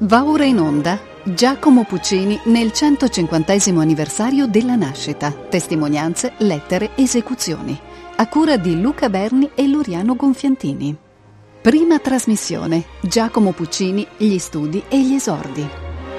Va ora in onda Giacomo Puccini nel 150° anniversario della nascita. Testimonianze, lettere, esecuzioni. A cura di Luca Berni e Loriano Gonfiantini. Prima trasmissione. Giacomo Puccini, gli studi e gli esordi.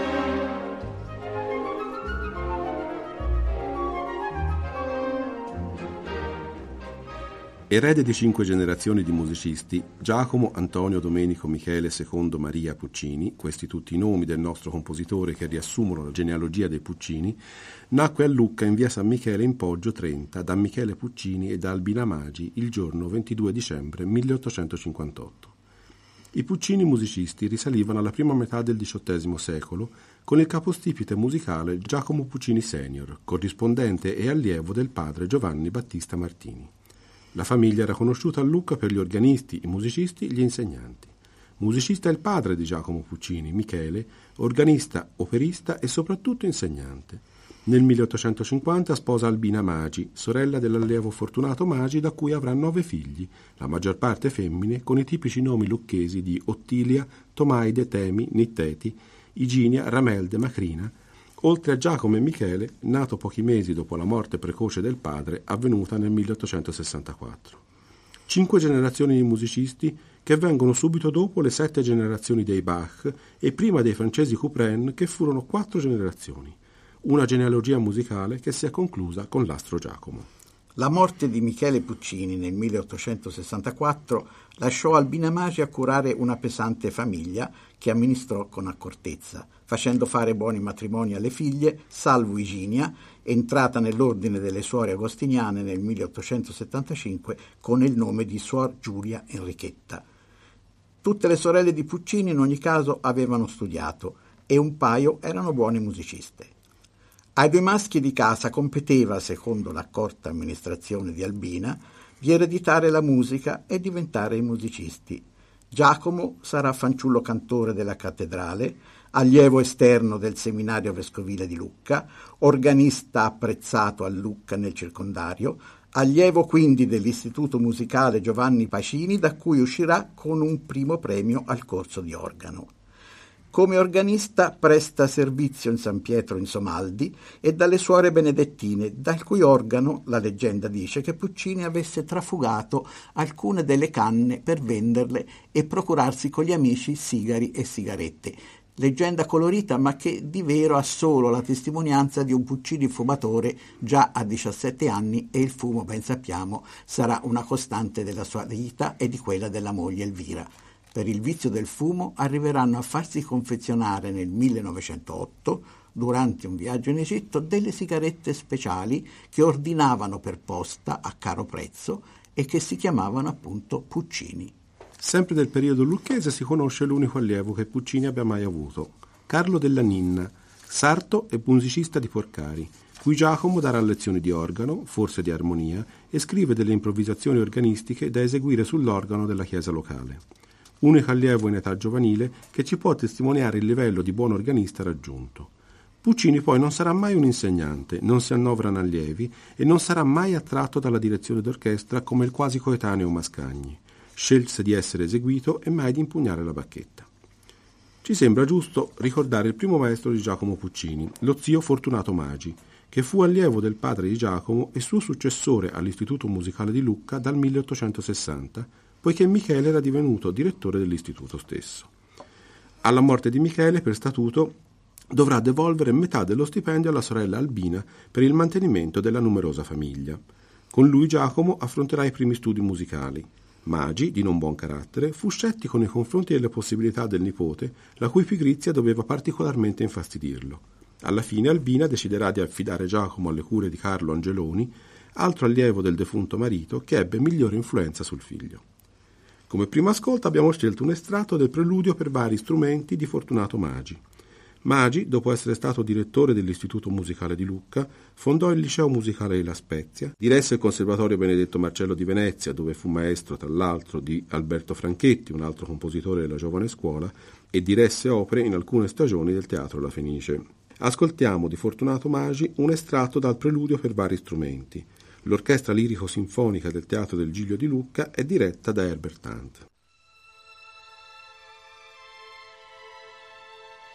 Erede di 5 generazioni di musicisti, Giacomo Antonio Domenico Michele II Maria Puccini, questi tutti i nomi del nostro compositore che riassumono la genealogia dei Puccini, nacque a Lucca in via San Michele in Poggio 30 da Michele Puccini e da Albina Magi il giorno 22 dicembre 1858. I Puccini musicisti risalivano alla prima metà del XVIII secolo con il capostipite musicale Giacomo Puccini senior, corrispondente e allievo del padre Giovanni Battista Martini. La famiglia era conosciuta a Lucca per gli organisti, i musicisti, gli insegnanti. Musicista è il padre di Giacomo Puccini, Michele, organista, operista e soprattutto insegnante. Nel 1850 sposa Albina Magi, sorella dell'allievo Fortunato Magi, da cui avrà 9 figli, la maggior parte femmine, con i tipici nomi lucchesi di Ottilia, Tomaide, Temi, Nitteti, Iginia, Ramelde, Macrina, oltre a Giacomo e Michele, nato pochi mesi dopo la morte precoce del padre, avvenuta nel 1864. 5 generazioni di musicisti che vengono subito dopo le 7 generazioni dei Bach e prima dei francesi Couperin, che furono 4 generazioni. Una genealogia musicale che si è conclusa con l'astro Giacomo. La morte di Michele Puccini nel 1864 lasciò Albina Magi a curare una pesante famiglia che amministrò con accortezza, facendo fare buoni matrimoni alle figlie, salvo Iginia, entrata nell'ordine delle suore agostiniane nel 1875 con il nome di Suor Giulia Enrichetta. Tutte le sorelle di Puccini in ogni caso avevano studiato e un paio erano buone musiciste. Ai 2 maschi di casa competeva, secondo l'accorta amministrazione di Albina, di ereditare la musica e diventare i musicisti. Giacomo sarà fanciullo cantore della cattedrale, allievo esterno del seminario vescovile di Lucca, organista apprezzato a Lucca nel circondario, allievo quindi dell'Istituto Musicale Giovanni Pacini, da cui uscirà con un primo premio al corso di organo. Come organista presta servizio in San Pietro in Somaldi e dalle suore benedettine, dal cui organo la leggenda dice che Puccini avesse trafugato alcune delle canne per venderle e procurarsi con gli amici sigari e sigarette. Leggenda colorita, ma che di vero ha solo la testimonianza di un Puccini fumatore già a 17 anni, e il fumo, ben sappiamo, sarà una costante della sua vita e di quella della moglie Elvira. Per il vizio del fumo arriveranno a farsi confezionare nel 1908, durante un viaggio in Egitto, delle sigarette speciali che ordinavano per posta a caro prezzo e che si chiamavano appunto Puccini. Sempre del periodo lucchese si conosce l'unico allievo che Puccini abbia mai avuto, Carlo della Ninna, sarto e musicista di Porcari, cui Giacomo darà lezioni di organo, forse di armonia, e scrive delle improvvisazioni organistiche da eseguire sull'organo della chiesa locale. Unico allievo in età giovanile che ci può testimoniare il livello di buon organista raggiunto. Puccini poi non sarà mai un insegnante, non si annoverano allievi e non sarà mai attratto dalla direzione d'orchestra come il quasi coetaneo Mascagni. Scelse di essere eseguito e mai di impugnare la bacchetta. Ci sembra giusto ricordare il primo maestro di Giacomo Puccini, lo zio Fortunato Magi, che fu allievo del padre di Giacomo e suo successore all'Istituto Musicale di Lucca dal 1860, poiché Michele era divenuto direttore dell'istituto stesso. Alla morte di Michele, per statuto, dovrà devolvere metà dello stipendio alla sorella Albina per il mantenimento della numerosa famiglia. Con lui Giacomo affronterà i primi studi musicali. Magi, di non buon carattere, fu scettico nei confronti delle possibilità del nipote, la cui pigrizia doveva particolarmente infastidirlo. Alla fine Albina deciderà di affidare Giacomo alle cure di Carlo Angeloni, altro allievo del defunto marito, che ebbe migliore influenza sul figlio. Come primo ascolto abbiamo scelto un estratto del preludio per vari strumenti di Fortunato Magi. Magi, dopo essere stato direttore dell'Istituto Musicale di Lucca, fondò il Liceo Musicale di La Spezia, diresse il Conservatorio Benedetto Marcello di Venezia, dove fu maestro tra l'altro di Alberto Franchetti, un altro compositore della giovane scuola, e diresse opere in alcune stagioni del Teatro La Fenice. Ascoltiamo di Fortunato Magi un estratto dal preludio per vari strumenti. L'orchestra lirico-sinfonica del Teatro del Giglio di Lucca è diretta da Herbert Hunt.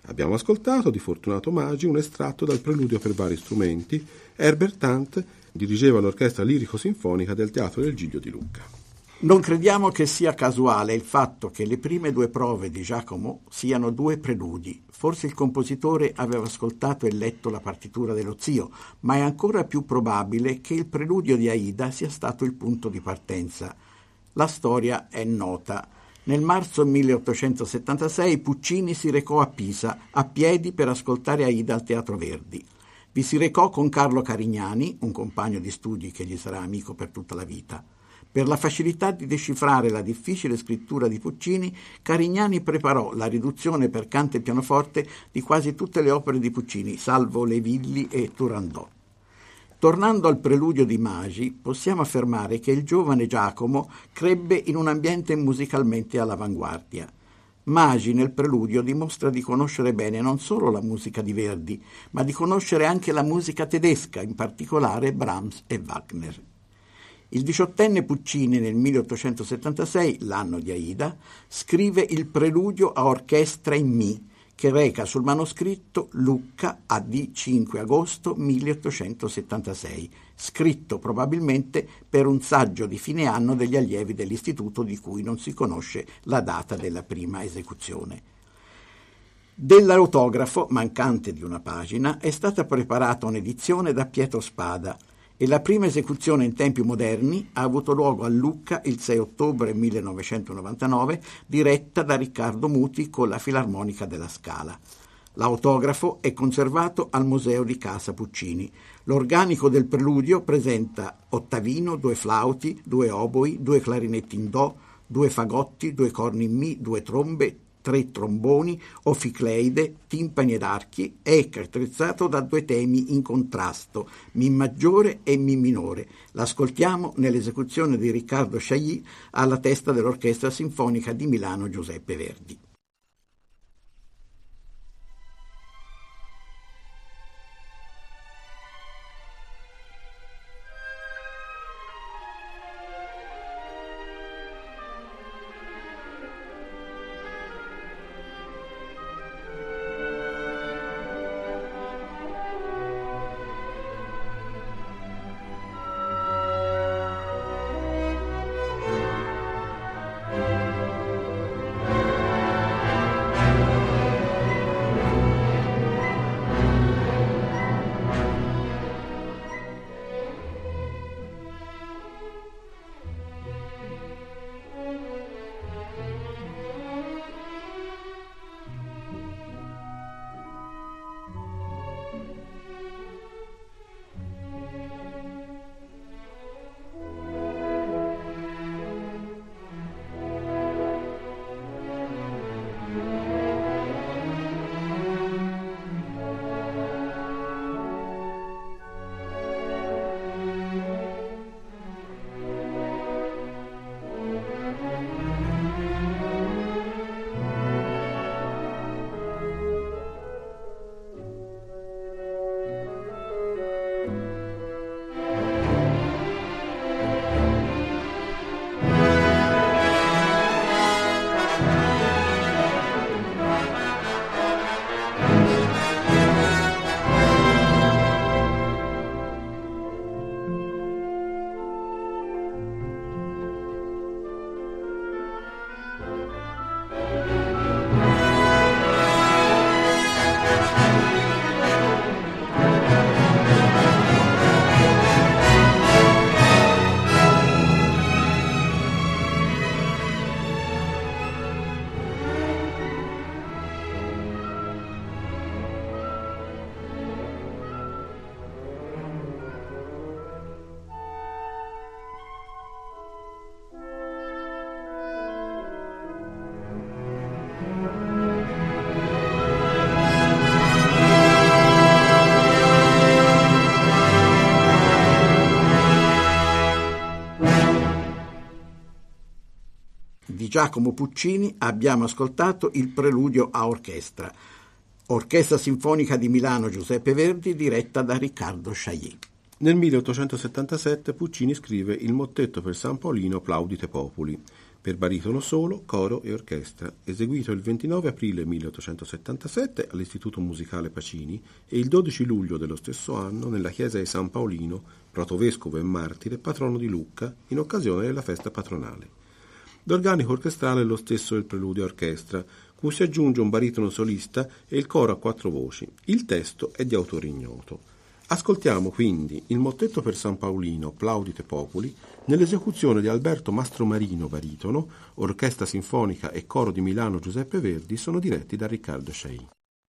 Abbiamo ascoltato di Fortunato Magi un estratto dal preludio per vari strumenti. Herbert Hunt dirigeva l'orchestra lirico-sinfonica del Teatro del Giglio di Lucca. Non crediamo che sia casuale il fatto che le prime due prove di Giacomo siano due preludi. Forse il compositore aveva ascoltato e letto la partitura dello zio, ma è ancora più probabile che il preludio di Aida sia stato il punto di partenza. La storia è nota. Nel marzo 1876 Puccini si recò a Pisa a piedi per ascoltare Aida al Teatro Verdi. Vi si recò con Carlo Carignani, un compagno di studi che gli sarà amico per tutta la vita. Per la facilità di decifrare la difficile scrittura di Puccini, Carignani preparò la riduzione per canto e pianoforte di quasi tutte le opere di Puccini, salvo Le Villi e Turandot. Tornando al preludio di Magi, possiamo affermare che il giovane Giacomo crebbe in un ambiente musicalmente all'avanguardia. Magi nel preludio dimostra di conoscere bene non solo la musica di Verdi, ma di conoscere anche la musica tedesca, in particolare Brahms e Wagner. Il 18enne Puccini nel 1876, l'anno di Aida, scrive il preludio a orchestra in Mi, che reca sul manoscritto Lucca AD 5 agosto 1876, scritto probabilmente per un saggio di fine anno degli allievi dell'istituto di cui non si conosce la data della prima esecuzione. Dell'autografo, mancante di una pagina, è stata preparata un'edizione da Pietro Spada, e la prima esecuzione in tempi moderni ha avuto luogo a Lucca il 6 ottobre 1999, diretta da Riccardo Muti con la Filarmonica della Scala. L'autografo è conservato al Museo di Casa Puccini. L'organico del preludio presenta ottavino, 2 flauti, 2 oboi, 2 clarinetti in do, 2 fagotti, 2 corni in mi, 2 trombe, 3 tromboni, oficleide, timpani ed archi. È caratterizzato da 2 temi in contrasto, Mi maggiore e Mi minore. L'ascoltiamo nell'esecuzione di Riccardo Chailly alla testa dell'Orchestra Sinfonica di Milano Giuseppe Verdi. Di Giacomo Puccini abbiamo ascoltato il preludio a orchestra, Orchestra Sinfonica di Milano Giuseppe Verdi, diretta da Riccardo Chailly. Nel 1877 Puccini scrive il mottetto per San Paolino Plaudite Populi. per baritono solo, coro e orchestra, eseguito il 29 aprile 1877 all'Istituto Musicale Pacini e il 12 luglio dello stesso anno nella chiesa di San Paolino, protovescovo e martire, patrono di Lucca, in occasione della festa patronale. L'organico orchestrale è lo stesso del preludio a orchestra, cui si aggiunge un baritono solista e il coro a 4 voci. Il testo è di autore ignoto. Ascoltiamo quindi il mottetto per San Paolino, Plaudite Populi, nell'esecuzione di Alberto Mastromarino baritono, Orchestra Sinfonica e Coro di Milano Giuseppe Verdi sono diretti da Riccardo Sciai.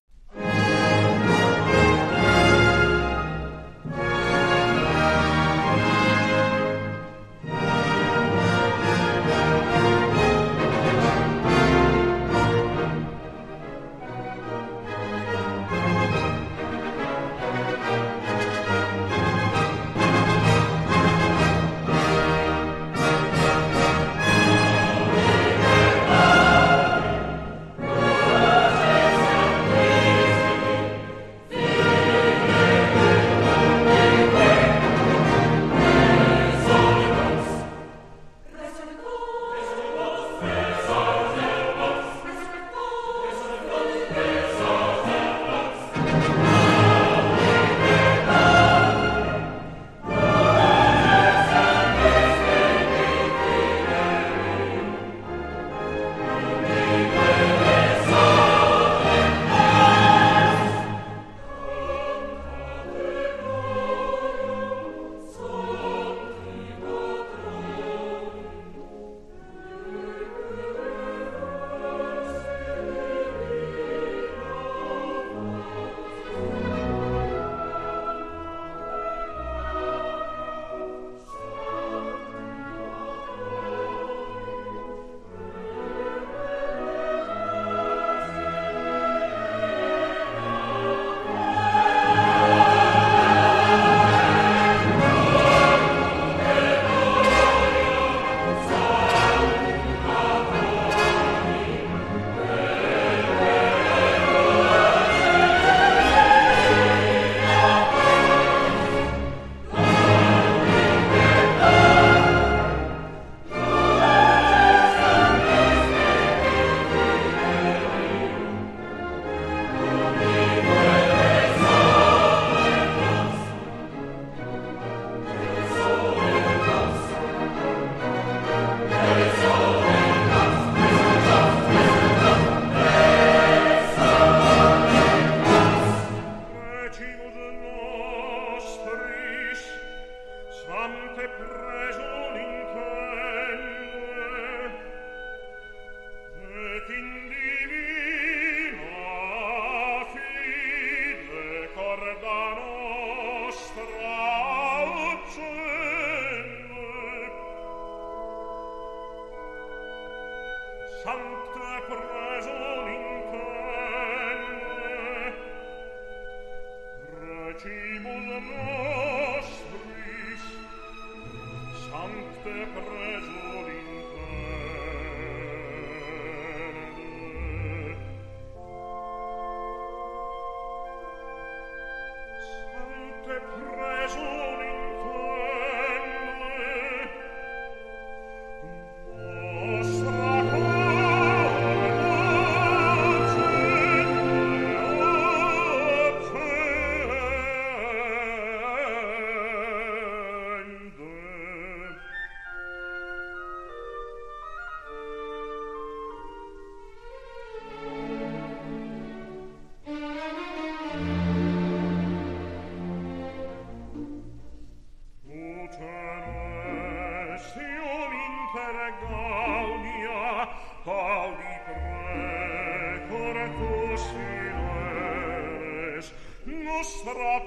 nostra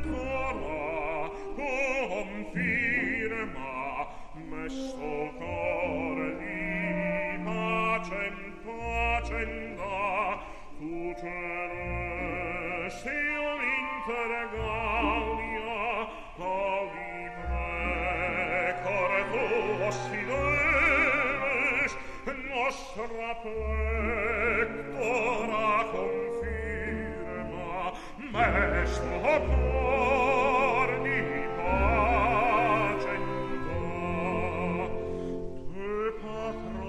pecora confirma mesto cor di pace in da tu ceresti inter Gallia di pecora tu deves nostra pecora confirma mesto cor di pace in te patro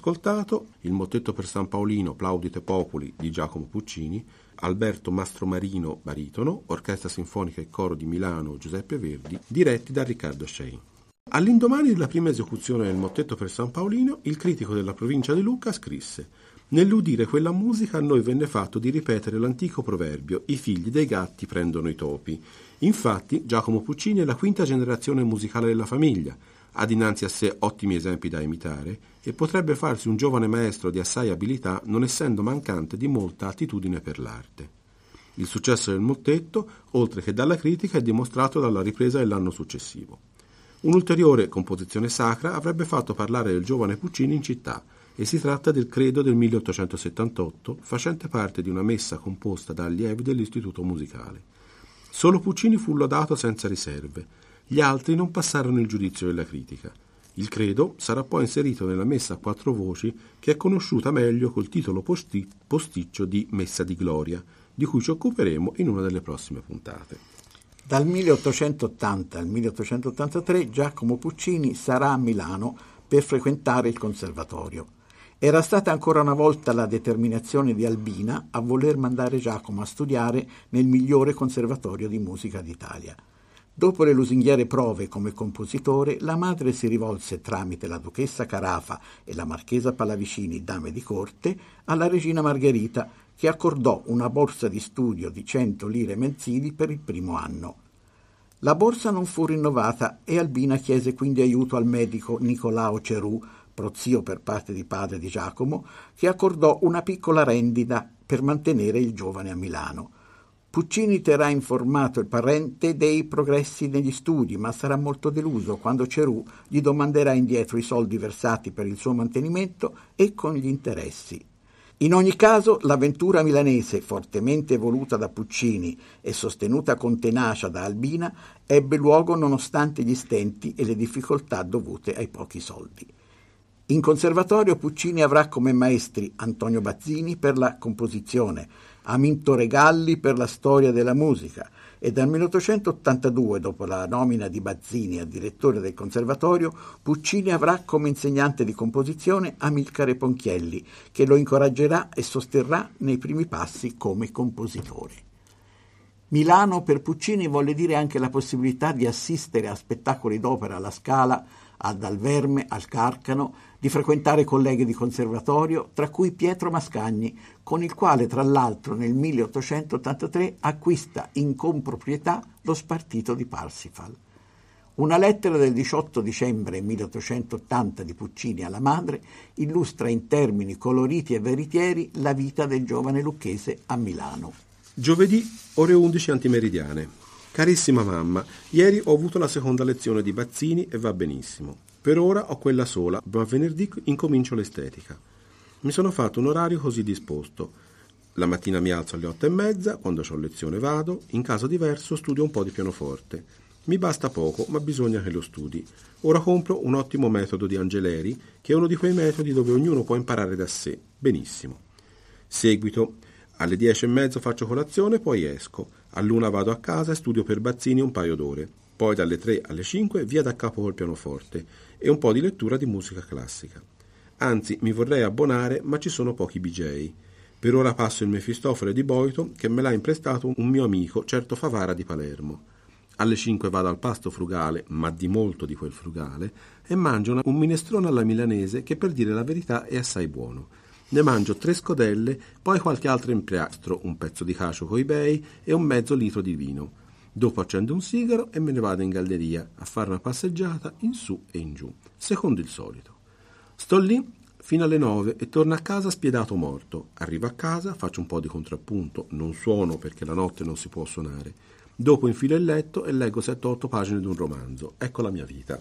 ascoltato il mottetto per San Paolino Plaudite Populi di Giacomo Puccini, Alberto Mastromarino baritono, Orchestra Sinfonica e Coro di Milano Giuseppe Verdi, diretti da Riccardo Scei. All'indomani della prima esecuzione del mottetto per San Paolino, il critico della provincia di Lucca scrisse: «Nell'udire quella musica a noi venne fatto di ripetere l'antico proverbio «I figli dei gatti prendono i topi». Infatti Giacomo Puccini è la quinta generazione musicale della famiglia, ha dinanzi a sé ottimi esempi da imitare e potrebbe farsi un giovane maestro di assai abilità, non essendo mancante di molta attitudine per l'arte. Il successo del mottetto, oltre che dalla critica, è dimostrato dalla ripresa dell'anno successivo. Un'ulteriore composizione sacra avrebbe fatto parlare del giovane Puccini in città, e si tratta del Credo del 1878, facente parte di una messa composta da allievi dell'Istituto Musicale. Solo Puccini fu lodato senza riserve, gli altri non passarono il giudizio della critica. Il Credo sarà poi inserito nella messa a quattro voci, che è conosciuta meglio col titolo posticcio di Messa di Gloria, di cui ci occuperemo in una delle prossime puntate. Dal 1880 al 1883 Giacomo Puccini sarà a Milano per frequentare il conservatorio. Era stata ancora una volta la determinazione di Albina a voler mandare Giacomo a studiare nel migliore conservatorio di musica d'Italia. Dopo le lusinghiere prove come compositore, la madre si rivolse tramite la duchessa Carafa e la marchesa Pallavicini, dame di corte, alla regina Margherita, che accordò una borsa di studio di 100 lire mensili per il primo anno. La borsa non fu rinnovata e Albina chiese quindi aiuto al medico Nicolao Cerù, prozio per parte di padre di Giacomo, che accordò una piccola rendita per mantenere il giovane a Milano. Puccini terrà informato il parente dei progressi negli studi, ma sarà molto deluso quando Cerù gli domanderà indietro i soldi versati per il suo mantenimento e con gli interessi. In ogni caso, l'avventura milanese, fortemente voluta da Puccini e sostenuta con tenacia da Albina, ebbe luogo nonostante gli stenti e le difficoltà dovute ai pochi soldi. In conservatorio Puccini avrà come maestri Antonio Bazzini per la composizione, Aminto Regalli per la storia della musica e dal 1882, dopo la nomina di Bazzini a direttore del conservatorio, Puccini avrà come insegnante di composizione Amilcare Ponchielli, che lo incoraggerà e sosterrà nei primi passi come compositore. Milano per Puccini volle dire anche la possibilità di assistere a spettacoli d'opera alla Scala, al Dal Verme, al Carcano, di frequentare colleghi di conservatorio, tra cui Pietro Mascagni, con il quale tra l'altro nel 1883 acquista in comproprietà lo spartito di Parsifal. Una lettera del 18 dicembre 1880 di Puccini alla madre illustra in termini coloriti e veritieri la vita del giovane lucchese a Milano. Giovedì, ore 11 antimeridiane. Carissima mamma, ieri ho avuto la seconda lezione di Bazzini e va benissimo. Per ora ho quella sola, ma venerdì incomincio l'estetica. Mi sono fatto un orario così disposto. La mattina mi alzo alle 8:30, quando ho lezione vado, in caso diverso studio un po' di pianoforte. Mi basta poco, ma bisogna che lo studi. Ora compro un ottimo metodo di Angeleri, che è uno di quei metodi dove ognuno può imparare da sé. Benissimo. Seguito. Alle 10:30 faccio colazione, poi esco. All'1 vado a casa e studio per Bazzini un paio d'ore. Poi dalle 3 alle 5 via da capo col pianoforte e un po' di lettura di musica classica. Anzi, mi vorrei abbonare, ma ci sono pochi BJ. Per ora passo il Mefistofele di Boito, che me l'ha imprestato un mio amico, certo Favara di Palermo. Alle 5 vado al pasto frugale, ma di molto di quel frugale, e mangio un minestrone alla milanese che, per dire la verità, è assai buono. Ne mangio 3 scodelle, poi qualche altro impiastro, un pezzo di cacio coi bei e un mezzo litro di vino. Dopo accendo un sigaro e me ne vado in galleria a fare una passeggiata in su e in giù, secondo il solito. Sto lì fino alle 9 e torno a casa spiedato morto. Arrivo a casa, faccio un po' di contrappunto, non suono perché la notte non si può suonare. Dopo infilo il letto e leggo 7-8 pagine di un romanzo. Ecco la mia vita.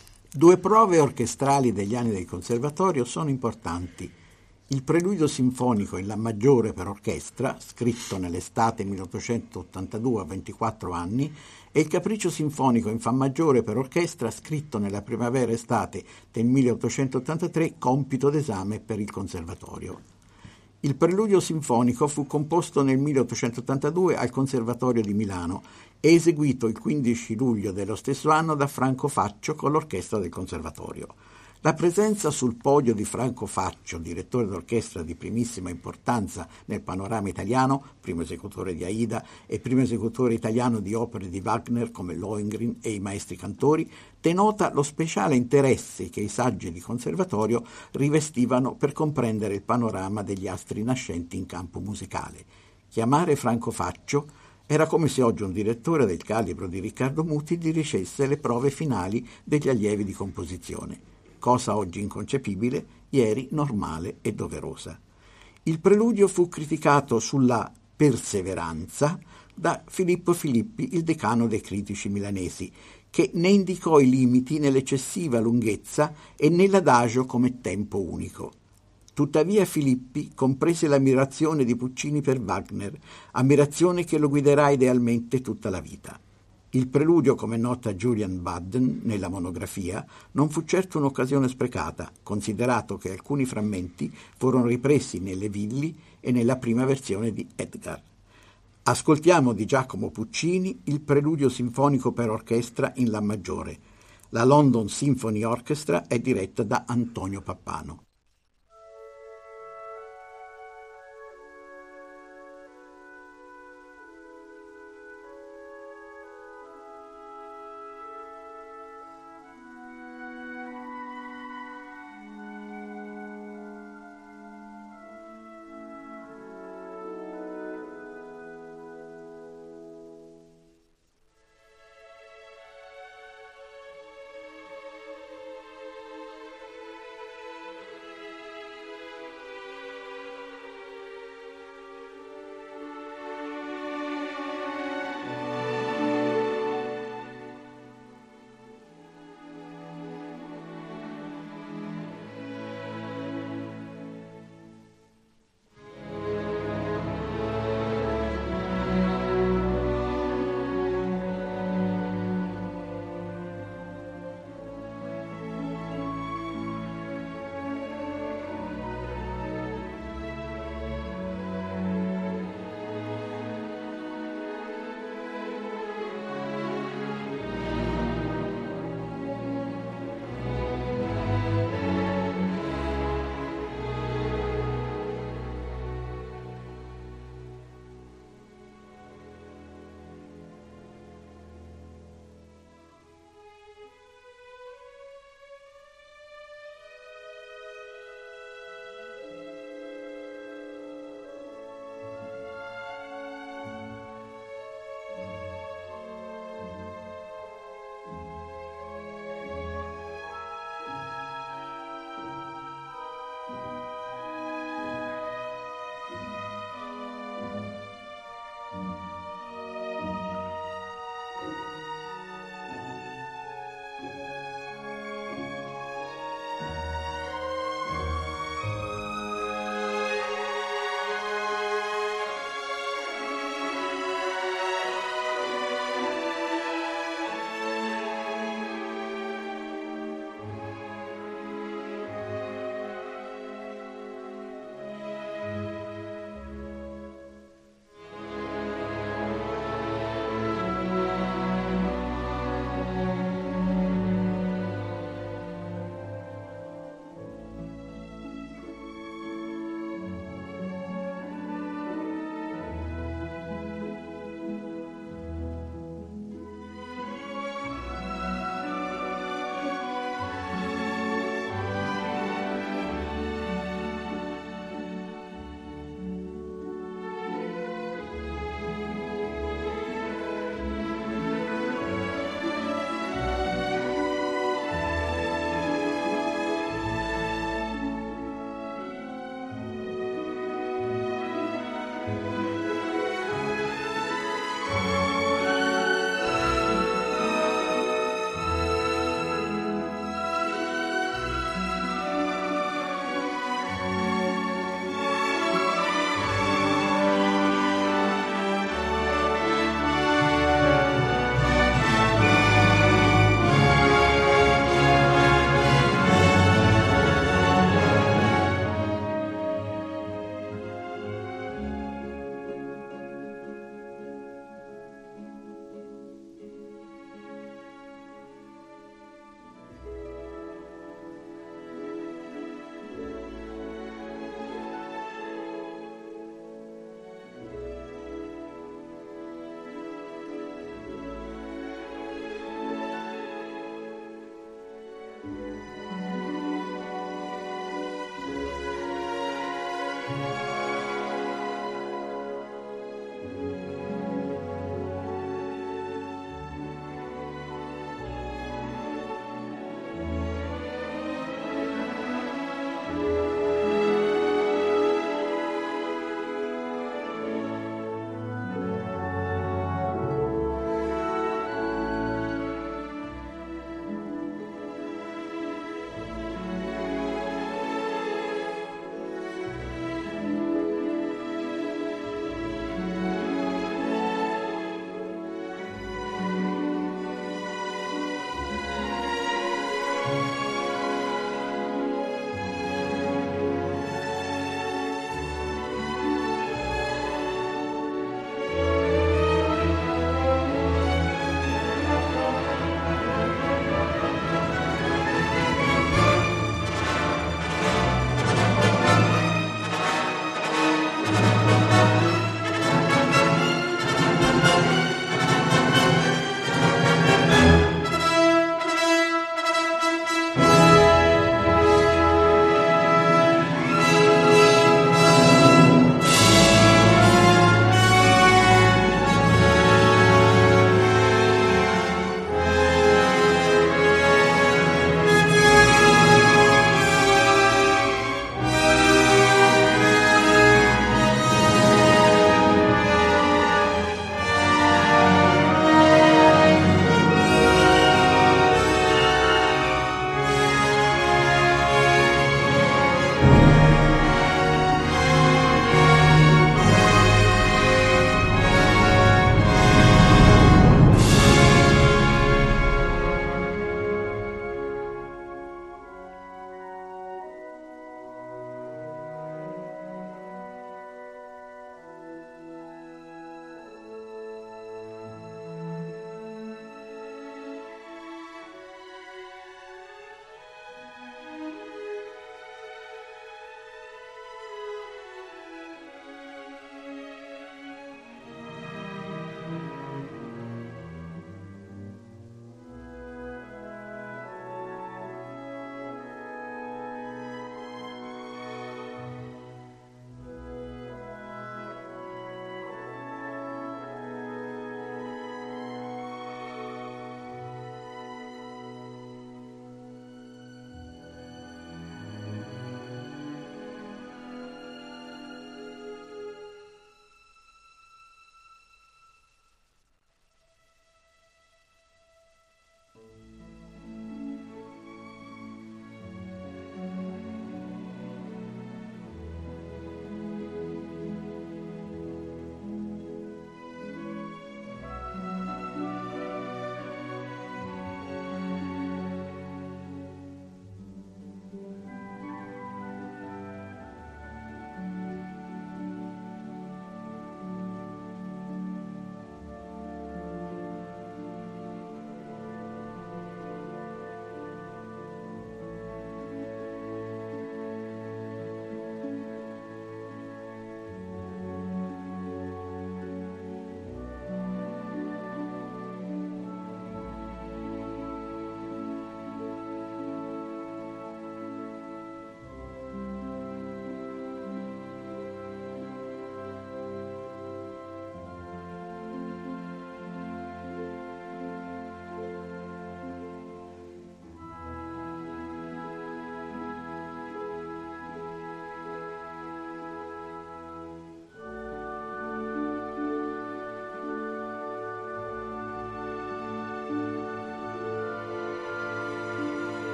2 prove orchestrali degli anni del conservatorio sono importanti. Il preludio sinfonico in La maggiore per orchestra, scritto nell'estate 1882 a 24 anni, e il capriccio sinfonico in Fa maggiore per orchestra, scritto nella primavera-estate del 1883, compito d'esame per il conservatorio. Il preludio sinfonico fu composto nel 1882 al Conservatorio di Milano e eseguito il 15 luglio dello stesso anno da Franco Faccio con l'orchestra del conservatorio. La presenza sul podio di Franco Faccio, direttore d'orchestra di primissima importanza nel panorama italiano, primo esecutore di Aida e primo esecutore italiano di opere di Wagner come Lohengrin e i maestri cantori, denota lo speciale interesse che i saggi di conservatorio rivestivano per comprendere il panorama degli astri nascenti in campo musicale. Chiamare Franco Faccio era come se oggi un direttore del calibro di Riccardo Muti dirigesse le prove finali degli allievi di composizione. Cosa oggi inconcepibile, ieri normale e doverosa. Il preludio fu criticato sulla perseveranza da Filippo Filippi, il decano dei critici milanesi, che ne indicò i limiti nell'eccessiva lunghezza e nell'adagio come tempo unico. Tuttavia Filippi comprese l'ammirazione di Puccini per Wagner, ammirazione che lo guiderà idealmente tutta la vita. Il preludio, come nota Julian Budden nella monografia, non fu certo un'occasione sprecata, considerato che alcuni frammenti furono ripresi nelle Villi e nella prima versione di Edgar. Ascoltiamo di Giacomo Puccini il preludio sinfonico per orchestra in La maggiore. La London Symphony Orchestra è diretta da Antonio Pappano.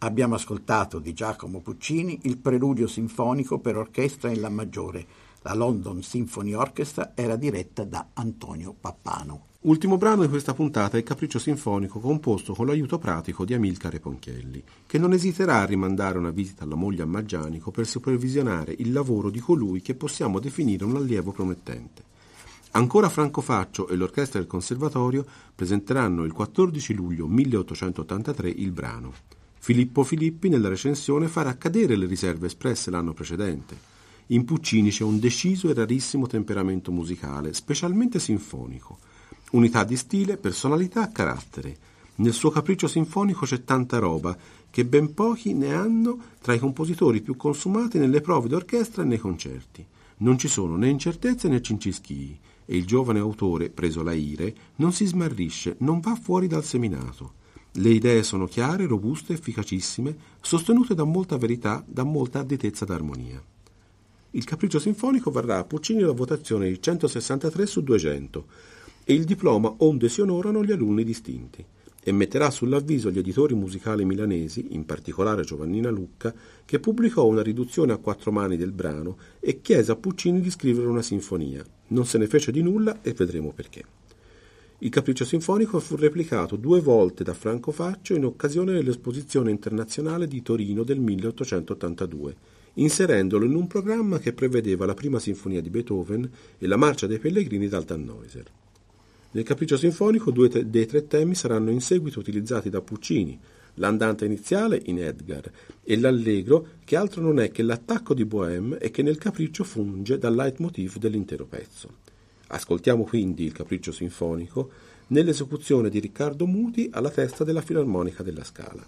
Abbiamo ascoltato di Giacomo Puccini il preludio sinfonico per orchestra in La maggiore. La London Symphony Orchestra era diretta da Antonio Pappano. Ultimo brano di questa puntata è il Capriccio sinfonico, composto con l'aiuto pratico di Amilcare Ponchielli, che non esiterà a rimandare una visita alla moglie a Maggianico per supervisionare il lavoro di colui che possiamo definire un allievo promettente. Ancora Franco Faccio e l'orchestra del Conservatorio presenteranno il 14 luglio 1883 il brano. Filippo Filippi nella recensione farà cadere le riserve espresse l'anno precedente. In Puccini c'è un deciso e rarissimo temperamento musicale, specialmente sinfonico. Unità di stile, personalità, carattere. Nel suo Capriccio sinfonico c'è tanta roba che ben pochi ne hanno tra i compositori più consumati nelle prove d'orchestra e nei concerti. Non ci sono né incertezze né cincischii e il giovane autore, preso la ire, non si smarrisce, non va fuori dal seminato. Le idee sono chiare, robuste, efficacissime, sostenute da molta verità, da molta arditezza d'armonia. Il Capriccio sinfonico varrà a Puccini la votazione di 163 su 200 e il diploma onde si onorano gli alunni distinti e metterà sull'avviso gli editori musicali milanesi, in particolare Giovannina Lucca, che pubblicò una riduzione a 4 mani del brano e chiese a Puccini di scrivere una sinfonia. Non se ne fece di nulla e vedremo perché. Il Capriccio sinfonico fu replicato 2 volte da Franco Faccio in occasione dell'Esposizione internazionale di Torino del 1882, inserendolo in un programma che prevedeva la prima sinfonia di Beethoven e la Marcia dei Pellegrini dal Tannhäuser. Nel Capriccio sinfonico 2 dei 3 temi saranno in seguito utilizzati da Puccini, l'andante iniziale in Edgar e l'allegro che altro non è che l'attacco di Bohème e che nel Capriccio funge da leitmotiv dell'intero pezzo. Ascoltiamo quindi il Capriccio sinfonico nell'esecuzione di Riccardo Muti alla testa della Filarmonica della Scala.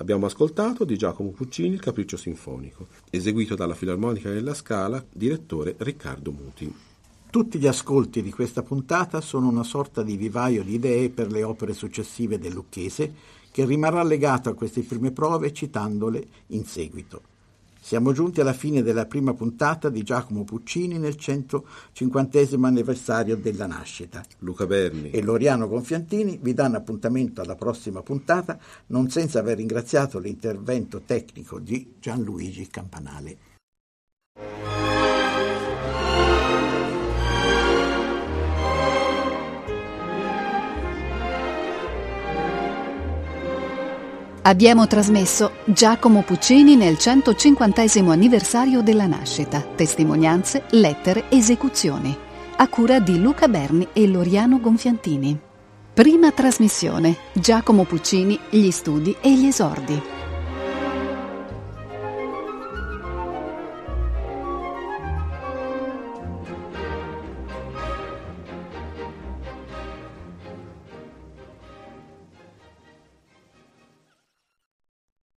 Abbiamo ascoltato di Giacomo Puccini il Capriccio Sinfonico, eseguito dalla Filarmonica della Scala, direttore Riccardo Muti. Tutti gli ascolti di questa puntata sono una sorta di vivaio di idee per le opere successive del Lucchese, che rimarrà legato a queste prime prove citandole in seguito. Siamo giunti alla fine della prima puntata di Giacomo Puccini nel 150° anniversario della nascita. Luca Berni e Loriano Gonfiantini vi danno appuntamento alla prossima puntata, non senza aver ringraziato l'intervento tecnico di Gianluigi Campanale. Abbiamo trasmesso Giacomo Puccini nel 150° anniversario della nascita. Testimonianze, lettere, esecuzioni. A cura di Luca Berni e Loriano Gonfiantini. Prima trasmissione. Giacomo Puccini, gli studi e gli esordi.